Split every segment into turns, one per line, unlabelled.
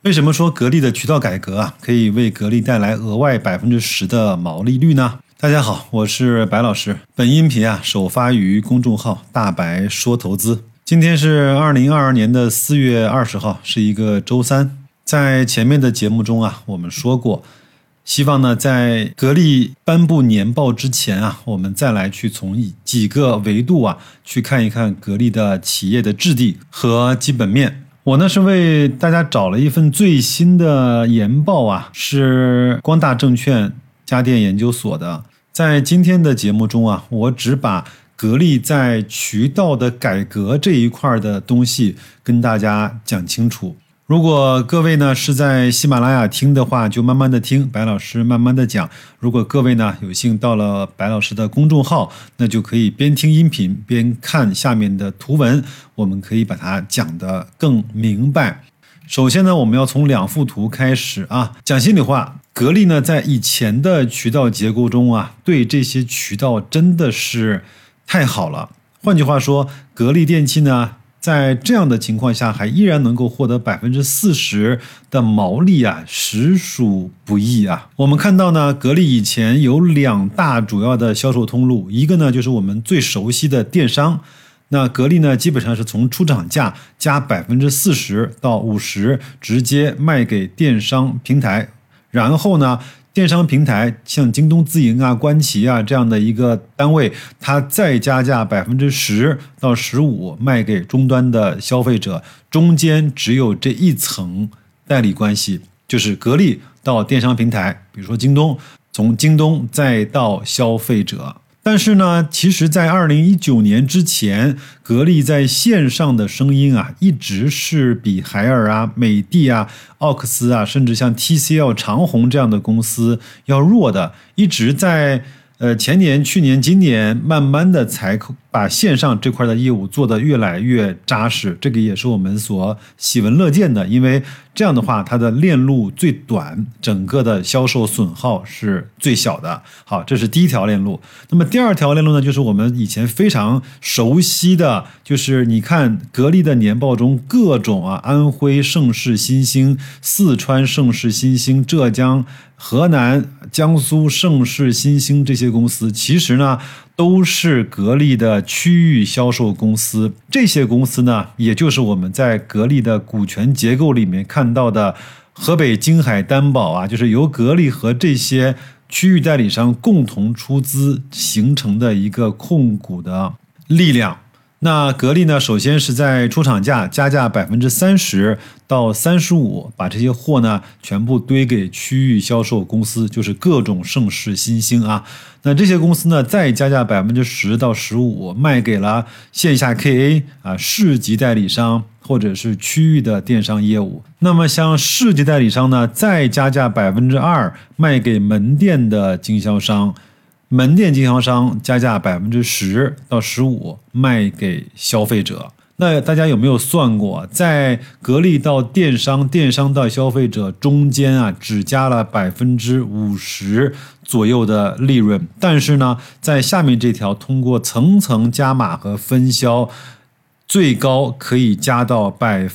为什么说格力的渠道改革可以为格力带来额外10%的毛利率呢？大家好，我是白老师。本音频首发于公众号大白说投资。今天是2022年的4月20号，是一个周三。在前面的节目中我们说过，希望呢在格力颁布年报之前我们再来去从几个维度去看一看格力的企业的质地和基本面。我呢是为大家找了一份最新的研报是光大证券家电研究所的。在今天的节目中我只把格力在渠道的改革这一块的东西跟大家讲清楚。如果各位呢是在喜马拉雅听的话，就慢慢的听，白老师慢慢的讲。如果各位呢有幸到了白老师的公众号，那就可以边听音频边看下面的图文，我们可以把它讲得更明白。首先呢，我们要从2幅图开始讲心里话，格力呢在以前的渠道结构中对这些渠道真的是太好了。换句话说，格力电器呢在这样的情况下还依然能够获得40%的毛利实属不易我们看到呢，格力以前有2大主要的销售通路，一个呢就是我们最熟悉的电商。那格力呢基本上是从出厂价加40%到50%直接卖给电商平台，然后呢电商平台像京东自营关旗这样的一个单位，它再加价10%到15%卖给终端的消费者，中间只有这一层代理关系，就是格力到电商平台，比如说京东，从京东再到消费者。但是呢，其实在2019年之前，格力在线上的声音一直是比海尔美的奥克斯甚至像 TCL 长虹这样的公司要弱的，一直在前年、去年、今年慢慢的才把线上这块的业务做得越来越扎实，这个也是我们所喜闻乐见的，因为这样的话它的链路最短，整个的销售损耗是最小的。好，这是第一条链路。那么第二条链路呢，就是我们以前非常熟悉的，就是你看格力的年报中各种安徽盛世新兴、四川盛世新兴、浙江、河南、江苏盛世新兴这些公司，其实呢都是格力的区域销售公司。这些公司呢，也就是我们在格力的股权结构里面看到的河北金海担保就是由格力和这些区域代理商共同出资形成的一个控股的力量。那格力呢，首先是在出厂价加价30%到35%，把这些货呢全部堆给区域销售公司，就是各种盛世新兴那这些公司呢再加价10%到15%，卖给了线下 KA 市级代理商或者是区域的电商业务。那么像市级代理商呢，再加价2%卖给门店的经销商。门店经销商加价10%到15%卖给消费者。那大家有没有算过，在格力到电商，电商到消费者中间只加了50%左右的利润，但是呢，在下面这条通过层层加码和分销，最高可以加到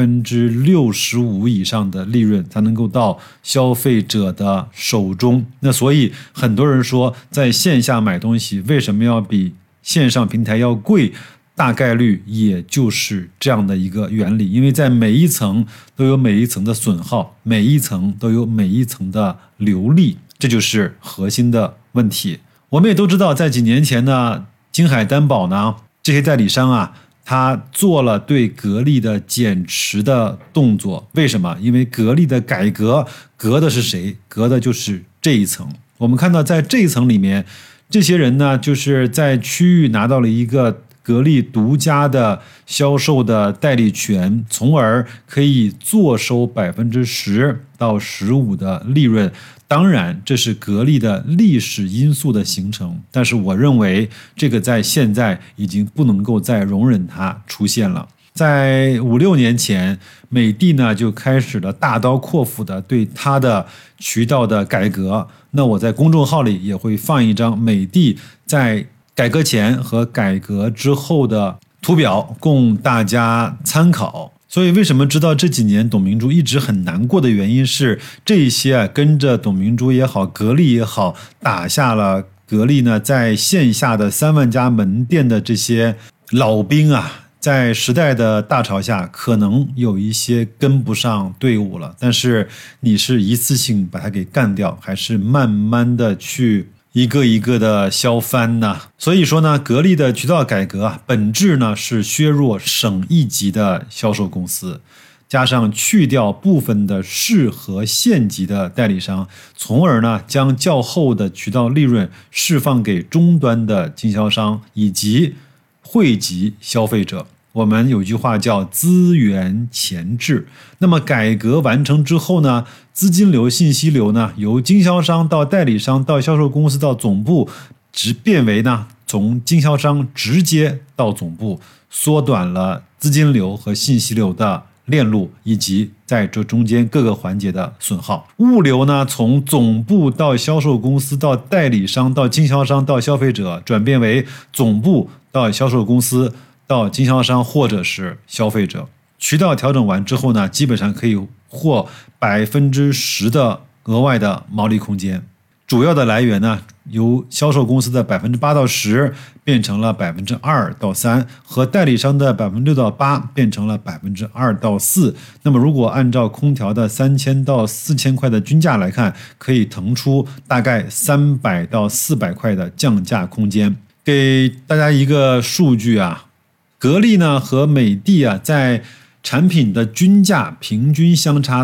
65%以上的利润才能够到消费者的手中。那所以很多人说，在线下买东西为什么要比线上平台要贵？大概率也就是这样的一个原理，因为在每一层都有每一层的损耗，每一层都有每一层的流利，这就是核心的问题。我们也都知道，在几年前呢，金海担保呢这些代理商他做了对格力的减持的动作。为什么？因为格力的改革革的是谁？革的就是这一层。我们看到在这一层里面，这些人呢就是在区域拿到了一个格力独家的销售的代理权，从而可以坐收10%到15%的利润。当然这是格力的历史因素的形成，但是我认为这个在现在已经不能够再容忍它出现了。在5-6年前，美的呢就开始了大刀阔斧的对它的渠道的改革。那我在公众号里也会放一张美的在改革前和改革之后的图表供大家参考。 所以为什么知道这几年董明珠一直很难过的原因是，这些跟着董明珠也好，格力也好，打下了格力呢在线下的3万家门店的这些老兵啊，在时代的大潮下可能有一些跟不上队伍了，但是你是一次性把它给干掉，还是慢慢的去一个一个的削藩呢？所以说呢，格力的渠道改革啊，本质呢是削弱省一级的销售公司，加上去掉部分的市和县级的代理商，从而呢将较厚的渠道利润释放给终端的经销商以及惠及消费者。我们有句话叫资源前置，那么改革完成之后呢，资金流、信息流呢，由经销商到代理商到销售公司到总部，变为呢从经销商直接到总部，缩短了资金流和信息流的链路以及在这中间各个环节的损耗。物流呢，从总部到销售公司到代理商到经销商到消费者，转变为总部到销售公司到经销商或者是消费者。渠道调整完之后呢，基本上可以获10%的额外的毛利空间。主要的来源呢，由销售公司的8%到10%变成了2%到3%，和代理商的6%到8%变成了2%到4%。那么如果按照空调的3000到4000块的均价来看，可以腾出大概300到400块的降价空间。给大家一个数据啊，格力呢和美的啊，在产品的均价平均相差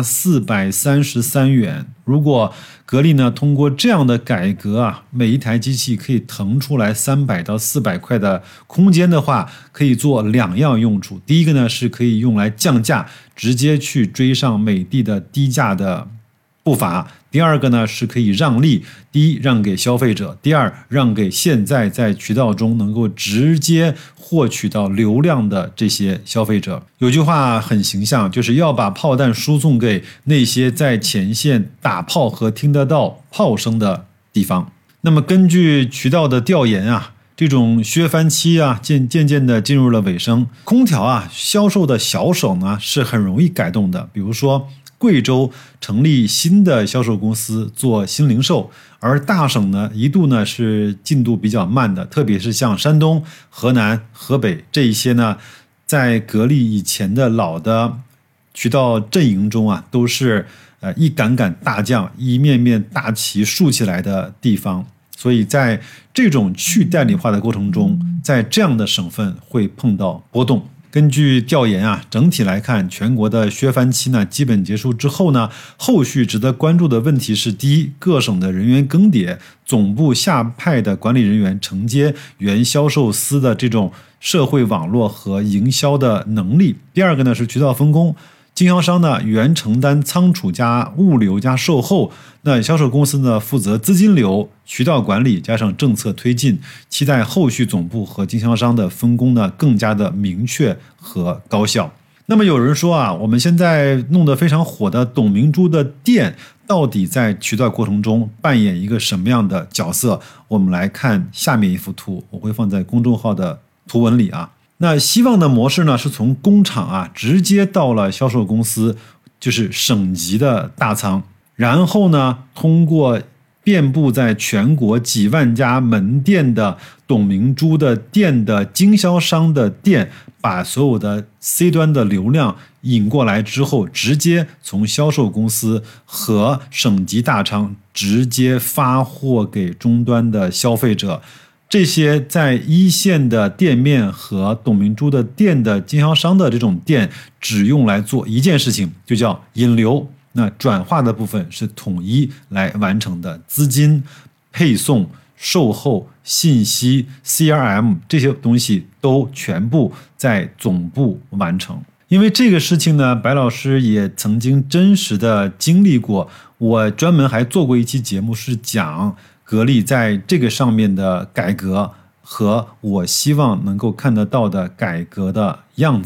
433元。如果格力呢通过这样的改革啊，每一台机器可以腾出来300到400块的空间的话，可以做2样用处。第一个呢是可以用来降价，直接去追上美的的低价的步伐。第二个呢是可以让利，第一让给消费者，第二让给现在在渠道中能够直接获取到流量的这些消费者。有句话很形象，就是要把炮弹输送给那些在前线打炮和听得到炮声的地方。那么根据渠道的调研啊，这种削藩期啊渐渐的进入了尾声。空调啊销售的小手呢是很容易改动的，比如说贵州成立新的销售公司做新零售，而大省呢一度呢是进度比较慢的，特别是像山东、河南、河北这一些呢，在格力以前的老的渠道阵营中啊，都是一杆杆大将、一面面大旗竖起来的地方。所以在这种去代理化的过程中，在这样的省份会碰到波动。根据调研啊，整体来看，全国的削藩期呢基本结束之后呢，后续值得关注的问题是：第一，各省的人员更迭，总部下派的管理人员承接原销售司的这种社会网络和营销的能力；第二个呢是渠道分工。经销商呢原承担仓储加物流加售后，那销售公司呢负责资金流、渠道管理加上政策推进，期待后续总部和经销商的分工呢更加的明确和高效。那么有人说啊，我们现在弄得非常火的董明珠的店到底在渠道过程中扮演一个什么样的角色？我们来看下面一幅图，我会放在公众号的图文里啊。那希望的模式呢，是从工厂啊直接到了销售公司，就是省级的大仓，然后呢，通过遍布在全国几万家门店的董明珠的店的经销商的店，把所有的 C 端的流量引过来之后，直接从销售公司和省级大仓直接发货给终端的消费者。这些在一线的店面和董明珠的店的经销商的这种店，只用来做一件事情，就叫引流。那转化的部分是统一来完成的，资金、配送、售后、信息、CRM 这些东西都全部在总部完成。因为这个事情呢，白老师也曾经真实的经历过，我专门还做过一期节目，是讲格力在这个上面的改革和我希望能够看得到的改革的样子。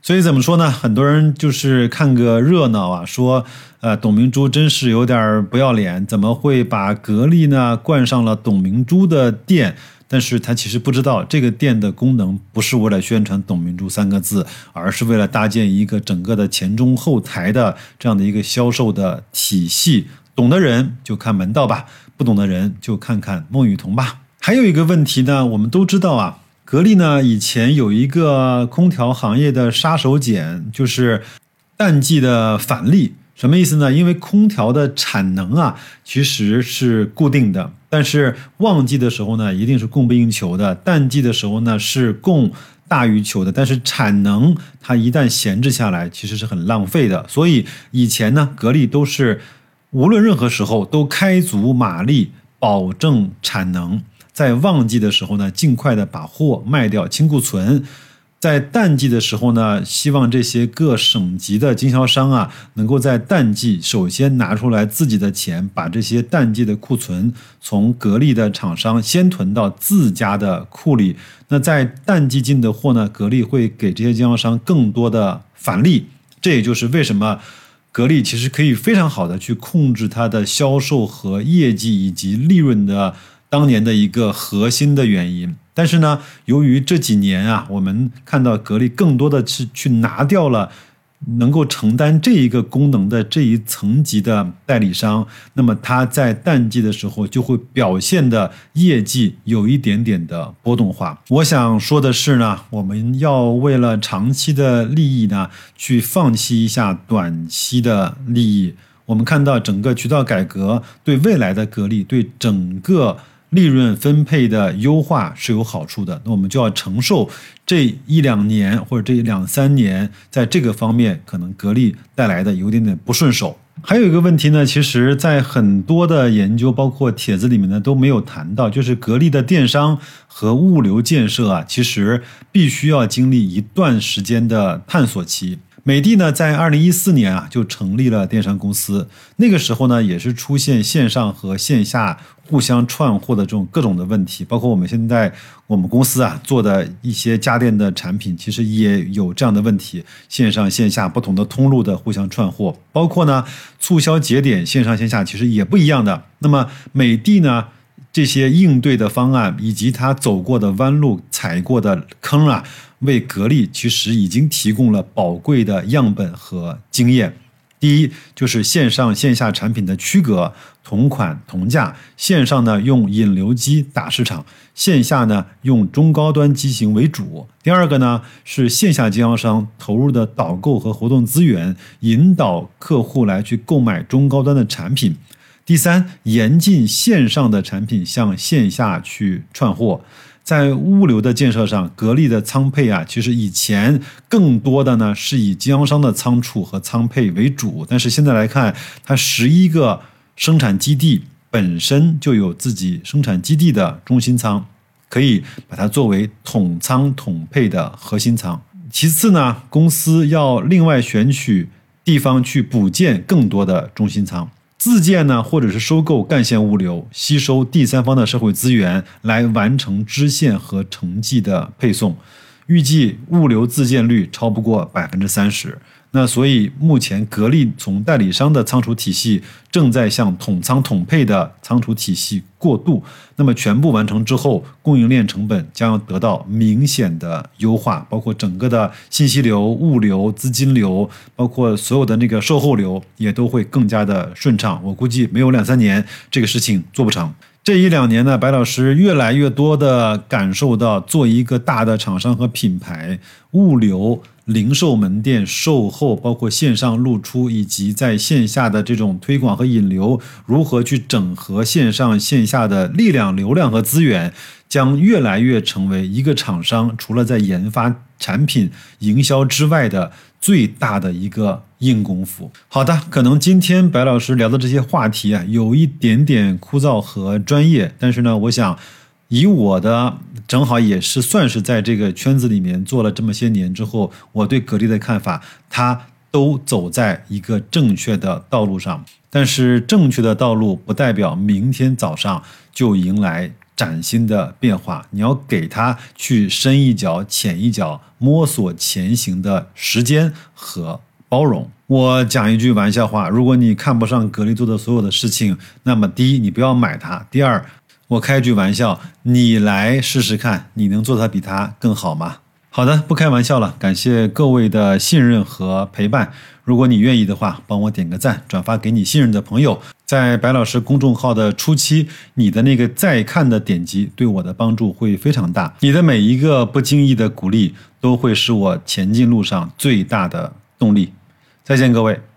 所以怎么说呢？很多人就是看个热闹啊，说董明珠真是有点不要脸，怎么会把格力呢冠上了董明珠的店？但是他其实不知道，这个店的功能不是为了宣传董明珠3个字，而是为了搭建一个整个的前中后台的这样的一个销售的体系。懂的人就看门道吧，不懂的人就看看孟羽童吧。还有一个问题呢，我们都知道啊，格力呢以前有一个空调行业的杀手锏，就是淡季的返利。什么意思呢？因为空调的产能啊其实是固定的，但是旺季的时候呢一定是供不应求的，淡季的时候呢是供大于求的，但是产能它一旦闲置下来其实是很浪费的。所以以前呢格力都是无论任何时候都开足马力保证产能，在旺季的时候呢尽快的把货卖掉清库存，在淡季的时候呢，希望这些各省级的经销商啊，能够在淡季首先拿出来自己的钱，把这些淡季的库存从格力的厂商先囤到自家的库里。那在淡季进的货呢，格力会给这些经销商更多的返利。这也就是为什么格力其实可以非常好的去控制它的销售和业绩以及利润的当年的一个核心的原因。但是呢，由于这几年啊，我们看到格力更多的是去拿掉了能够承担这一个功能的这一层级的代理商，那么它在淡季的时候就会表现的业绩有一点点的波动化。我想说的是呢，我们要为了长期的利益呢，去放弃一下短期的利益。我们看到整个渠道改革对未来的格力，对整个利润分配的优化是有好处的，那我们就要承受这1-2年或者这2-3年在这个方面可能格力带来的有点点不顺手。还有一个问题呢，其实在很多的研究包括帖子里面呢都没有谈到，就是格力的电商和物流建设啊，其实必须要经历一段时间的探索期。美的呢，在2014年啊就成立了电商公司，那个时候呢也是出现线上和线下互相串货的这种各种的问题，包括我们现在我们公司啊做的一些家电的产品，其实也有这样的问题，线上线下不同的通路的互相串货，包括呢促销节点线上线下其实也不一样的。那么美的呢这些应对的方案以及他走过的弯路踩过的坑啊，为格力其实已经提供了宝贵的样本和经验。第一，就是线上线下产品的区隔，同款同价，线上呢用引流机打市场，线下呢用中高端机型为主。第二个呢是线下经销商投入的导购和活动资源，引导客户来去购买中高端的产品。第三，严禁线上的产品向线下去串货。在物流的建设上，格力的仓配啊，其实以前更多的呢是以经销商的仓储和仓配为主，但是现在来看，它11个生产基地本身就有自己生产基地的中心仓，可以把它作为统仓统配的核心仓。其次呢，公司要另外选取地方去补建更多的中心仓。自建呢，或者是收购干线物流，吸收第三方的社会资源来完成支线和城际的配送，预计物流自建率超不过30%。那所以目前格力从代理商的仓储体系正在向统仓统配的仓储体系过渡，那么全部完成之后，供应链成本将要得到明显的优化，包括整个的信息流、物流、资金流，包括所有的那个售后流也都会更加的顺畅。我估计没有2-3年这个事情做不成。这1-2年呢，白老师越来越多的感受到，做一个大的厂商和品牌，物流、零售门店、售后，包括线上露出以及在线下的这种推广和引流，如何去整合线上线下的力量、流量和资源，将越来越成为一个厂商除了在研发产品、营销之外的最大的一个硬功夫。好的，可能今天白老师聊的这些话题啊，有一点点枯燥和专业，但是呢，我想以我的正好也是算是在这个圈子里面做了这么些年之后，我对格力的看法，它都走在一个正确的道路上。但是正确的道路不代表明天早上就迎来崭新的变化，你要给他去深一脚浅一脚摸索前行的时间和包容。我讲一句玩笑话，如果你看不上格力做的所有的事情，那么第一，你不要买它；第二，我开句玩笑，你来试试看，你能做它比它更好吗？好的，不开玩笑了，感谢各位的信任和陪伴。如果你愿意的话，帮我点个赞，转发给你信任的朋友。在白老师公众号的初期，你的那个再看的点击对我的帮助会非常大。你的每一个不经意的鼓励，都会是我前进路上最大的动力。再见，各位。